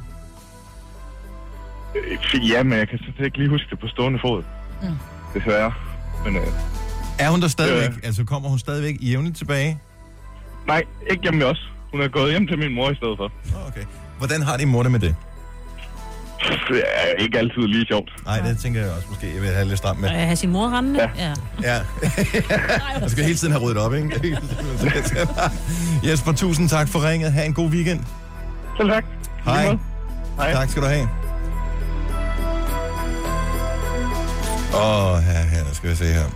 Ja, men jeg kan sådan ikke lige huske det på stående fod. Desværre. Men, er hun der stadigvæk? Altså kommer hun stadigvæk jævnligt tilbage? Nej, ikke hjemme med os. Hun er gået hjem til min mor i stedet for. Okay. Hvordan har din mor det med det? Det er ikke altid lige sjovt. Nej, det tænker jeg også måske. Jeg vil have lidt stramt med. Have sin mor rendende? Ja. Jeg skal hele tiden have ryddet op, ikke? Jesper, tusind tak for ringet. Ha' en god weekend. Selv tak. Hej. Tak skal du have. Her skal vi se her.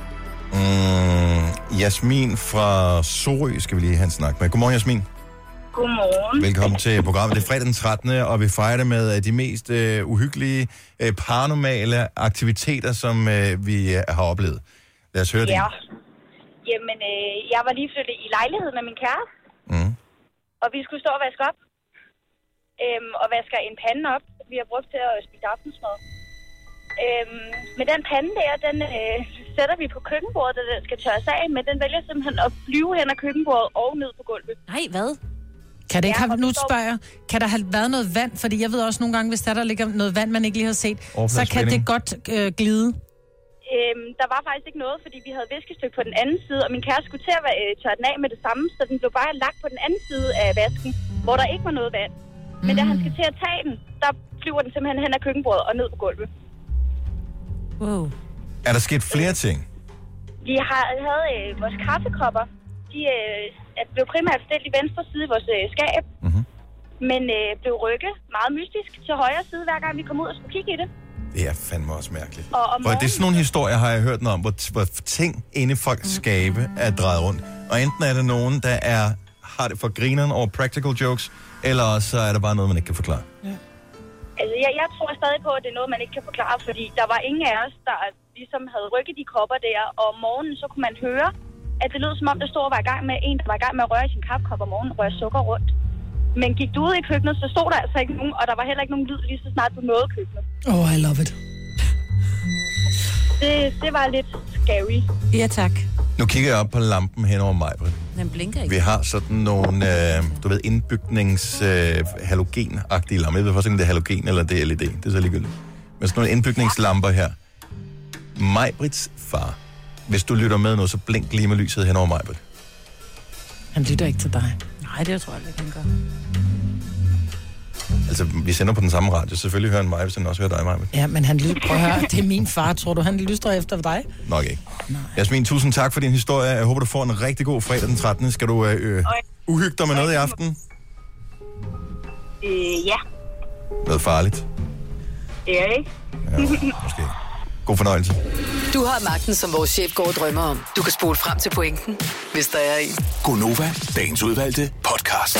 Jasmin fra Sorø skal vi lige have en snak med. Godmorgen, Jasmin. Godmorgen. Velkommen til programmet. Det er fredag den 13. og vi fejrer det med de mest uhyggelige, paranormale aktiviteter, som vi har oplevet. Lad os høre det. Ja. Jamen, jeg var lige flyttet i lejlighed med min kæreste. Og vi skulle stå og vaske op. Og vasker en pande op, vi har brugt til at spise aftensmad. Men den pande der, den sætter vi på køkkenbordet, da den skal tørres af, men den vælger simpelthen at flyve hen ad køkkenbordet og ned på gulvet. Nej, hvad? Kan det ikke have, nu spørger jeg, kan der have været noget vand? Fordi jeg ved også nogle gange, hvis der ligger noget vand, man ikke lige har set, så kan det godt glide. Der var faktisk ikke noget, fordi vi havde viskestykke på den anden side, og min kæreste skulle til at tørre den af med det samme, så den blev bare lagt på den anden side af vasken, hvor der ikke var noget vand. Men da han skal til at tage den, der flyver den simpelthen hen ad køkkenbordet og ned på gulvet. Wow. Er der sket flere ting? Vi havde vores kaffekopper. De blev primært stillet i venstre side i vores skab, men blev rykket meget mystisk til højre side, hver gang vi kom ud og skulle kigge i det. Det er fandme også mærkeligt. Og det er sådan nogle historier, har jeg hørt noget om, hvor ting inde i folks skabe er drejet rundt. Og enten er det nogen, der har det for grineren over practical jokes, eller så er det bare noget, man ikke kan forklare. Ja. Altså, jeg tror stadig på, at det er noget, man ikke kan forklare, fordi der var ingen af os, der ligesom havde rykket de kopper der, og om morgenen, så kunne man høre, at det lød som om, der stod og var i gang med en, der var i gang med at røre sin kaffekop om morgenen, røre sukker rundt. Men gik du ud i køkkenet, så stod der altså ikke nogen, og der var heller ikke nogen lyd lige så snart du nåede køkkenet. I love it. Det var lidt scary. Ja, tak. Nu kigger jeg op på lampen hen over mig, Britt. Den blinker ikke. Vi har sådan nogle, indbygnings-halogen-agtige lamper. Jeg ved faktisk ikke, om det er halogen eller det er LED. Det er så ligegyldigt. Men sådan nogle indbygningslamper her. Majbrits far. Hvis du lytter med nu, så blink lige med lyset hen over Majbrit. Han lytter ikke til dig. Nej, det tror jeg ikke, han gør. Altså, vi sender på den samme radio. Selvfølgelig hører han mig, hvis han også hører dig, Majbrit. Ja, men han lytter. Prøv at høre, det er min far. Tror du, han lyster efter dig? Nok ikke. Jasmin, tusind tak for din historie. Jeg håber, du får en rigtig god fredag den 13. Skal du uhygge dig med noget i aften? Ja. Noget farligt? Det er ikke. Ja, måske. God fornøjelse. Du har magten, som vores chef går og drømmer om. Du kan spole frem til pointen, hvis der er en. Gonova, dagens udvalgte podcast.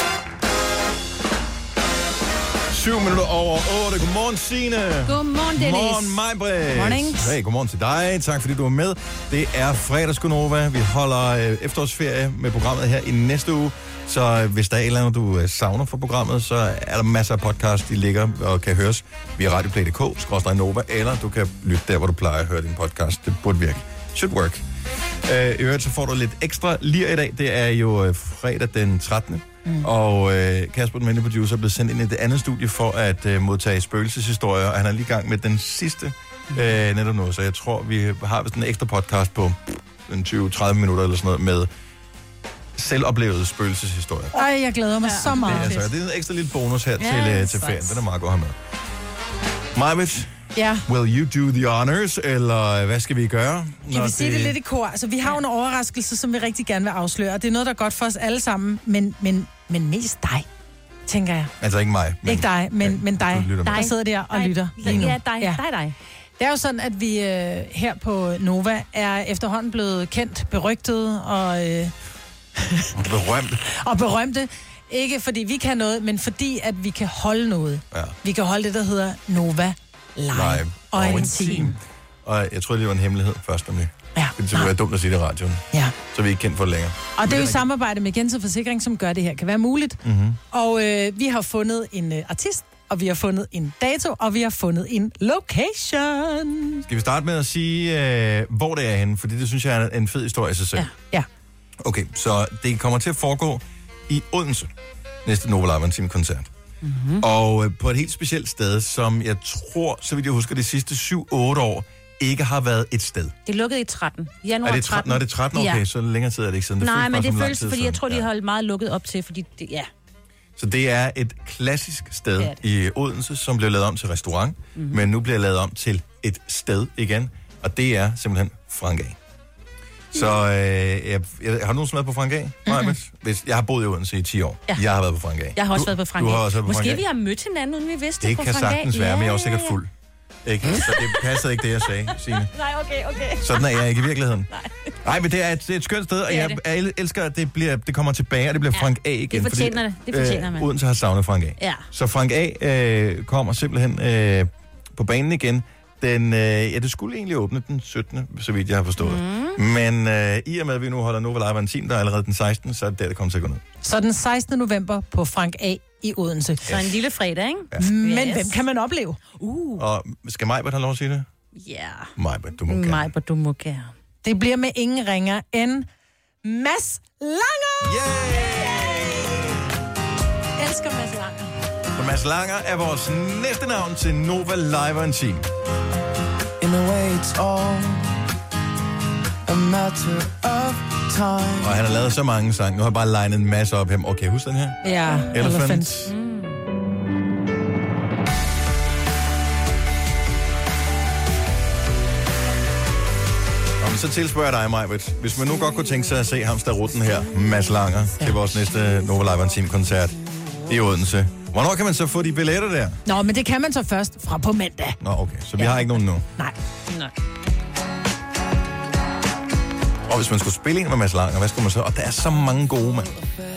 7 minutter over 8. Godmorgen, Signe. Godmorgen, Dennis. Godmorgen, Majbrit. Morning. Hey, godmorgen til dig. Tak fordi du er med. Det er fredags Gonova. Vi holder efterårsferie med programmet her i næste uge. Så hvis der er et eller andet, du savner fra programmet, så er der masser af podcast, de ligger og kan høres via radioplay.dk/Nova, eller du kan lytte der, hvor du plejer at høre din podcast. Det burde virke. Should work. I øvrigt så får du lidt ekstra lige i dag. Det er jo fredag den 13. Og Kasper, den mandlige producer, er blevet sendt ind i det andet studie for at modtage spøgelseshistorier, og han er lige i gang med den sidste netop nu. Så jeg tror, vi har sådan en ekstra podcast på 20-30 minutter eller sådan noget med selvoplevede spøgelseshistorie. Ej, jeg glæder mig så meget. Det er en ekstra lille bonus her til ferien. Den er meget god at have med. Majbet, will you do the honors, eller hvad skal vi gøre? Kan vi sige det lidt i kor? Altså, vi har en overraskelse, som vi rigtig gerne vil afsløre, og det er noget, der er godt for os alle sammen, men mest dig, tænker jeg. Altså ikke mig. Ikke dig, men dig, der sidder der og lytter lige nu. Ja, dig. Det er jo sådan, at vi her på Nova er efterhånden blevet kendt, berygtet og berømte. Ikke fordi vi kan noget, men fordi at vi kan holde noget. Ja. Vi kan holde det, der hedder Nova Live og en team. Og jeg tror, det var en hemmelighed først om det. Ja. Det ville være dumt at sige det i radioen. Ja. Så vi er ikke kendt for det længere. Og det er jo samarbejde med Gensidig Forsikring, som gør det her kan være muligt. Mm-hmm. Og vi har fundet en artist, og vi har fundet en dato, og vi har fundet en location. Skal vi starte med at sige, hvor det er henne? Fordi det synes jeg er en fed historie i sig selv. Ja. Okay, så det kommer til at foregå i Odense. Næste Nova Live Team koncert. Mm-hmm. Og på et helt specielt sted, som jeg tror, så vidt jeg husker, de sidste 7-8 år, ikke har været et sted. Det lukkede i 13. Januar er det 13. Når det er 13, okay, så længere tid er det ikke siden. Nej, men det føles, fordi jeg tror, de har holdt meget lukket op til, fordi Så det er et klassisk sted i Odense, som blev lavet om til restaurant, men nu bliver lavet om til et sted igen, og det er simpelthen Frank A. Så har du nogen smaget på Frank A? Jeg har boet i Odense i 10 år. Ja. Jeg har været på Frank A. Jeg har også været på Frank A. Du har også været på Måske Frank A. vi har mødt hinanden, uden vi vidste det på Frank A. Det kan sagtens være, men jeg er også sikkert fuld. Ikke? Så det passede ikke det, jeg sagde, Signe. Nej, okay. Sådan er jeg ikke i virkeligheden. Nej, men det er et skønt sted, og jeg elsker, at det kommer tilbage, og det bliver Frank A igen. Det fortjener man. Odense har savnet Frank A. Ja. Så Frank A kommer simpelthen på banen igen. Det skulle egentlig åbne den 17., så vidt jeg har forstået. Men i og med, at vi nu holder Nova Live Team, der er allerede den 16., så er det kommer til at gå ned. Så den 16. november på Frank A i Odense. Så en lille fredag, ikke? Ja. Men hvem kan man opleve? Og skal Majbert have lov at sige det? Ja. Majbert, du må gerne. Det bliver med ingen ringer end Mads Langer! Elsker Mads Langer. Så Mads Langer er vores næste navn til Nova Live Team. In a way it's all a matter of time. Og han har lavet så mange sange. Nu har jeg bare legnet en masse op her. Okay, husk den her? Ja, Elephant. Så tilspørger jeg dig, Majbert. Hvis man nu godt kunne tænke sig at se hamsterrutten her, Mads Langer, til vores næste Nova Live Team-koncert i Odense. Hvornår kan man så få de billetter der? Nå, men det kan man så først fra på mandag. Nå, okay. Så vi har ikke nogen nu? Nej. Og hvis man skulle spille en med Mads Langer, hvad skulle man så? Og der er så mange gode, mand.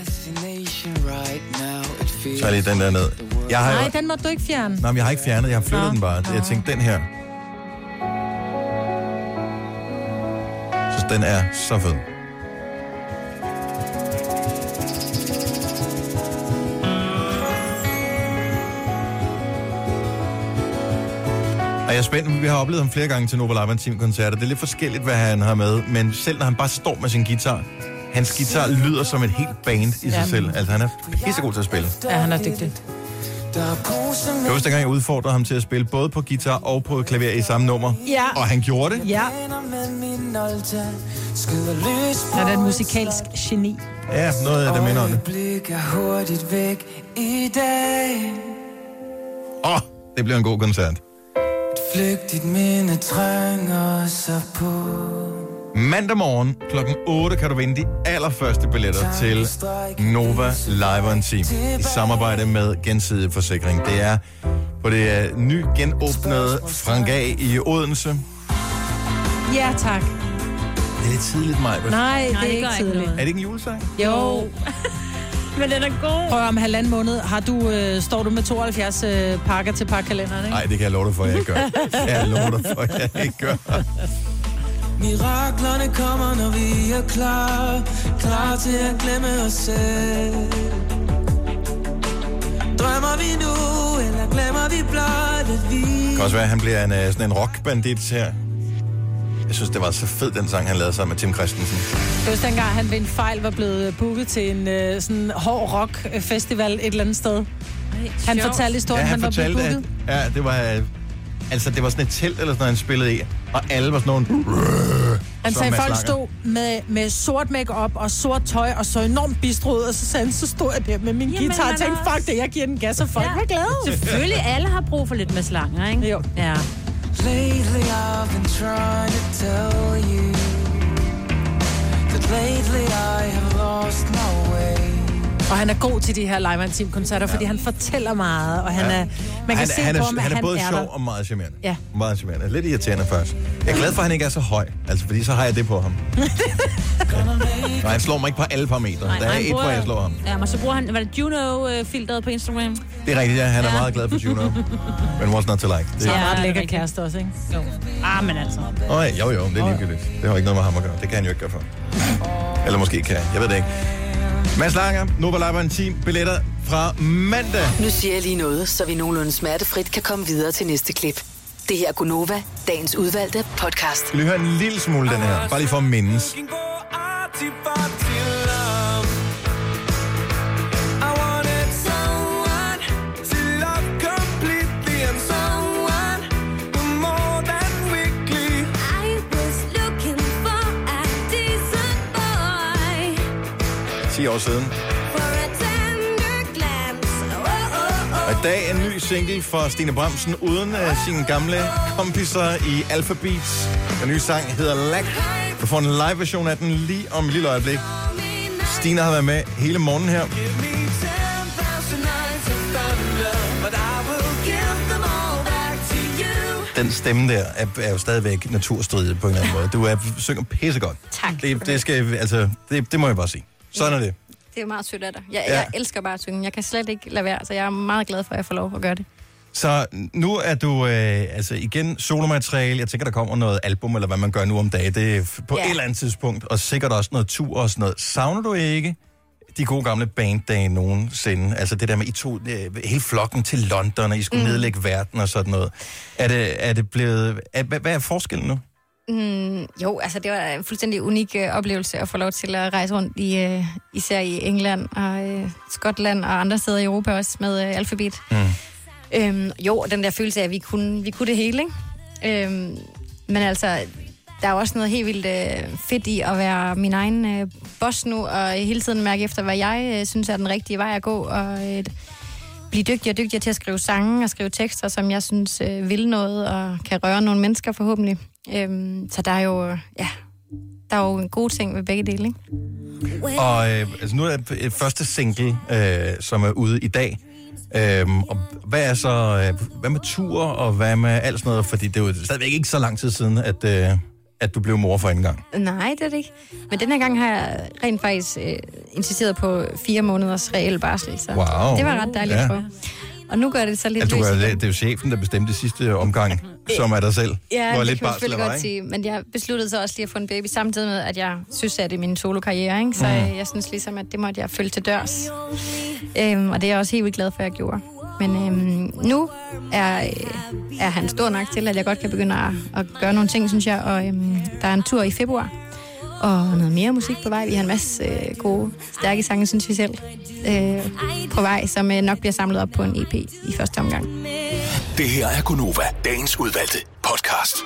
Så er lige den der ned. Nej, den må du ikke fjerne. Nej, men jeg har ikke fjernet. Jeg har flyttet den bare. Jeg tænkte, den her. Så den er så fed. Og jeg er spændt, vi har oplevet ham flere gange til Nova Live Team-koncerter. Det er lidt forskelligt, hvad han har med, men selv når han bare står med sin guitar, hans guitar lyder som et helt band i sig selv. Altså, han er pissegod til at spille. Ja, han er dygtig. Jeg husker, dengang jeg udfordrede ham til at spille både på guitar og på klaver i samme nummer. Ja. Og han gjorde det. Ja. Han er en musikalsk geni. Ja, noget af det minder om det. Det bliver en god koncert. Flygtigt minde trænger sig på. Mandag morgen klokken 8 kan du vinde de allerførste billetter til Nova Live Team i samarbejde med Gensidig Forsikring. Det er på det ny genåbnede Frank A i Odense. Ja, tak. Det er lidt tidligt, Majbert. Nej, det er ikke tidligt. Er det ikke en julesang? Jo. Men den er god. Prøv om 1,5 måned. Står du med 72 pakker til pakkalenderen, ikke? Nej, det kan jeg love dig for, jeg ikke gør. Jeg lover dig for, jeg ikke gør. Miraklerne kommer, når vi er klar til at glemme os selv. Drømmer vi nu, eller glemmer vi blot, at vi... Det kan også være, at han bliver sådan en rockbandit her. Jeg synes, det var så fed, den sang, han lavede sammen med Tim Christensen. Det var dengang, han ved en fejl var blevet booket til en sådan hård rock-festival et eller andet sted. Han fortalte historien, han var blevet booket. Det var... det var sådan et telt, eller sådan noget, han spillede i. Og alle var sådan nogle... Han sagde, at folk stod med sort make-up og sort tøj og så enormt bistro ud, og så sagde han, så stod jeg der med min guitar og tænkte, fuck det, jeg giver den gas, og folk var glade. Selvfølgelig, alle har brug for lidt med slanger, ikke? Jo. Ja. Lately I've been trying to tell you that lately I have lost my way. Og han er god til de her live team koncerter, fordi han fortæller meget, og han er, man kan se på ham, at han er både sjov der. Og meget charmerende. Ja. Meget charmerende. Lidt irriterende først. Jeg er glad for, at han ikke er så høj, altså fordi så har jeg det på ham. Nej, han slår mig ikke på alle parametre. Der er et, hvor jeg slår ham. Ja, men så bruger han, var det Juno-filteret på Instagram? Det er rigtigt, ja. Han er meget glad for Juno. Men what's not to like? Det er ret lækker kæreste også, ikke? Jo. Men altså. Jo, det er ligegyldigt. Det har ikke noget med ham at gøre. Det kan han jo ikke gøre for. Eller måske kan. Jeg ved det ikke. Mads Langer, Nova Live en team billetter fra mandag. Nu siger jeg lige noget, så vi nogenlunde smertefrit kan komme videre til næste klip. Det her er Gunova, dagens udvalgte podcast. Vil I høre en lille smule den her? Bare lige for at mindes. År siden. Og i dag en ny single for Stine Bramsen uden sine gamle kompiser i Alpha Beats. Den nye sang hedder Lack. Du får en live version af den lige om et lille øjeblik. Stine har været med hele morgenen her. Den stemme der er jo stadigvæk naturstridig på en eller anden måde. Du synger pissegodt. Tak. Det må jeg bare sige. Sådan er det. Det er meget sødt af dig. Jeg elsker bare at synge. Jeg kan slet ikke lade være, så jeg er meget glad for, at jeg får lov at gøre det. Så nu er du igen solomateriale. Jeg tænker, der kommer noget album, eller hvad man gør nu om dagen. Det er på et eller andet tidspunkt, og sikkert også noget tur og sådan noget. Savner du ikke de gode gamle banddage nogensinde? Altså det der med, I tog hele flokken til London, og I skulle nedlægge verden og sådan noget. Er det blevet... Hvad er forskellen nu? Jo, altså det var en fuldstændig unik oplevelse at få lov til at rejse rundt især i England og Skotland og andre steder i Europa også med Alphabet. Jo, den der følelse af, at vi kunne det hele, ikke? Men altså, der er også noget helt vildt fedt i at være min egen boss nu, og hele tiden mærke efter, hvad jeg synes er den rigtige vej at gå, og blive dygtigere og dygtigere til at skrive sange og skrive tekster, som jeg synes vil noget og kan røre nogle mennesker forhåbentlig. Så der er jo en god ting ved begge dele, ikke? Og altså nu er der et første single, som er ude i dag. Og hvad er så, hvad med tur og hvad med alt sådan noget? Fordi det er jo stadigvæk ikke så lang tid siden, at du blev mor for en gang. Nej, det er det ikke. Men den her gang har jeg rent faktisk insisteret på 4 måneders reel barsel. Så wow. Det var ret dejligt at få. Og nu gør det så lidt løs. Det er jo chefen, der bestemte det sidste omgang, som er dig selv. Ja, det lidt kan man selvfølgelig godt sige. Men jeg besluttede så også lige at få en baby samtidig med, at jeg synes, at det er min solokarriere. Ikke? Så jeg synes ligesom, at det måtte jeg følge til dørs. Og det er jeg også helt vildt glad for, at jeg gjorde. Men nu er han stor nok til, at jeg godt kan begynde at gøre nogle ting, synes jeg. Og der er en tur i februar. Og noget mere musik på vej. Vi har en masse gode, stærke sange, synes vi selv, på vej, som nok bliver samlet op på en EP i første omgang. Det her er Gunova, dagens udvalgte podcast.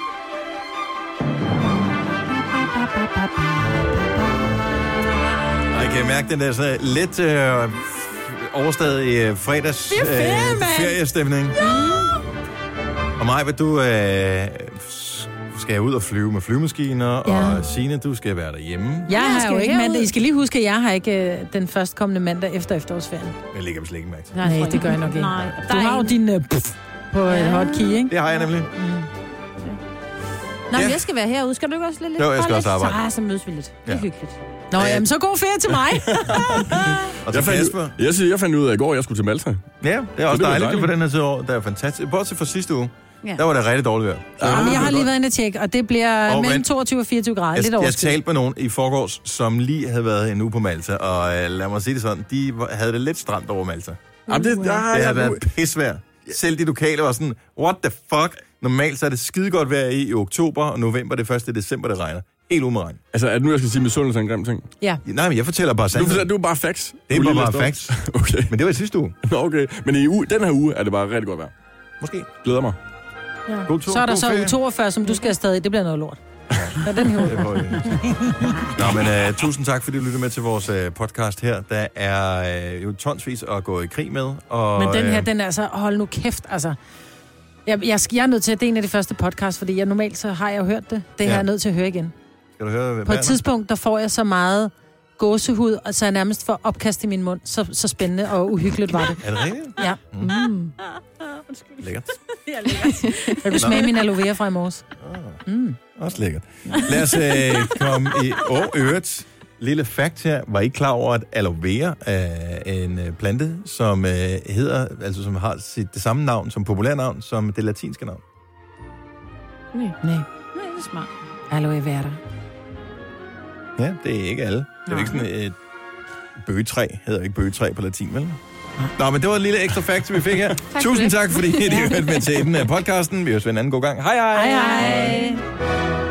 Jeg kan mærke den der så lidt overstadig fredags feriestemning. Ja! Og Maja, vil du skal ud og flyve med flyvemaskiner, og Signe, du skal være derhjemme. Jeg har jo ikke mandag. I skal lige huske, at jeg har ikke den førstkommende mandag efter efterårsferien. Jeg lægger slet ikke mærke til. Nej, det gør jeg nok ikke. Nej, du har jo din på et hotkey, ikke? Det har jeg nemlig. Nå, men jeg skal være herude. Skal du ikke også lidt? Jo, jeg skal også arbejde. Så mødes vi lidt. Det er hyggeligt. Nå, jamen så god ferie til mig. Og til Kasper. Jeg fandt ud af i går, at jeg skulle til Malta. Ja, det er også dejligt på den her tid år. Det er fantastisk. Bortset fra sidste uge. Ja. Der var det rigtig dårligt vejr. Men jeg har lige været inde og tjekke, og det bliver mellem 22 og 24 grader. Jeg talte med nogen i forgårs, som lige havde været en uge på Malta, og lad mig sige det sådan, de havde det lidt stramt over Malta. Det har været pisvejr. Selv de lokale var sådan, what the fuck? Normalt så er det skidegodt vejr i oktober og november, det 1. december, det regner. Helt uden regn. Altså, er det nu, jeg skal sige misundelse en grim ting? Ja. Nej, men jeg fortæller bare sandt. Det er bare facts. Det er bare facts. Okay. Men det var i sidste uge. Okay. Men i den her uge er det bare rigtig godt vejr. Måske. Glæder mig. Ja. Så er der så uge 42, som du skal afsted i. Det bliver noget lort. Ja. Ja, den Nå, men tusind tak, fordi du lyttede med til vores podcast her. Der er jo tonsvis at gå i krig med. Og, men den her, den er altså, hold nu kæft, altså. Jeg er nødt til at det er en af de første podcast, fordi jeg normalt så har jeg jo hørt det. Det her er jeg nødt til at høre igen. Skal du høre? På et tidspunkt, der får jeg så meget gåsehud, og så er jeg nærmest for opkast i min mund. Så spændende og uhyggeligt var det. Er det rigtigt? Ja. Lækkert. Ja, lækkert. Jeg kunne smage min aloe vera fra i morges. Også lækkert. Lad os komme i øvrigt. Lille fact her. Var I klar over, at aloe vera er en plante, som hedder, altså som har det samme navn, som populærnavn, som det latinske navn? Nej, det er smart. Aloe vera. Ja, det er ikke alle. Det er ikke sådan et bøgetræ. Hedder ikke bøgetræ på latin, vel? Nå, men det var et lille ekstra fact, vi fik her. Tusind tak, fordi I hørte med til den af podcasten. Vi høres ved en anden god gang. Hej hej! Hej hej!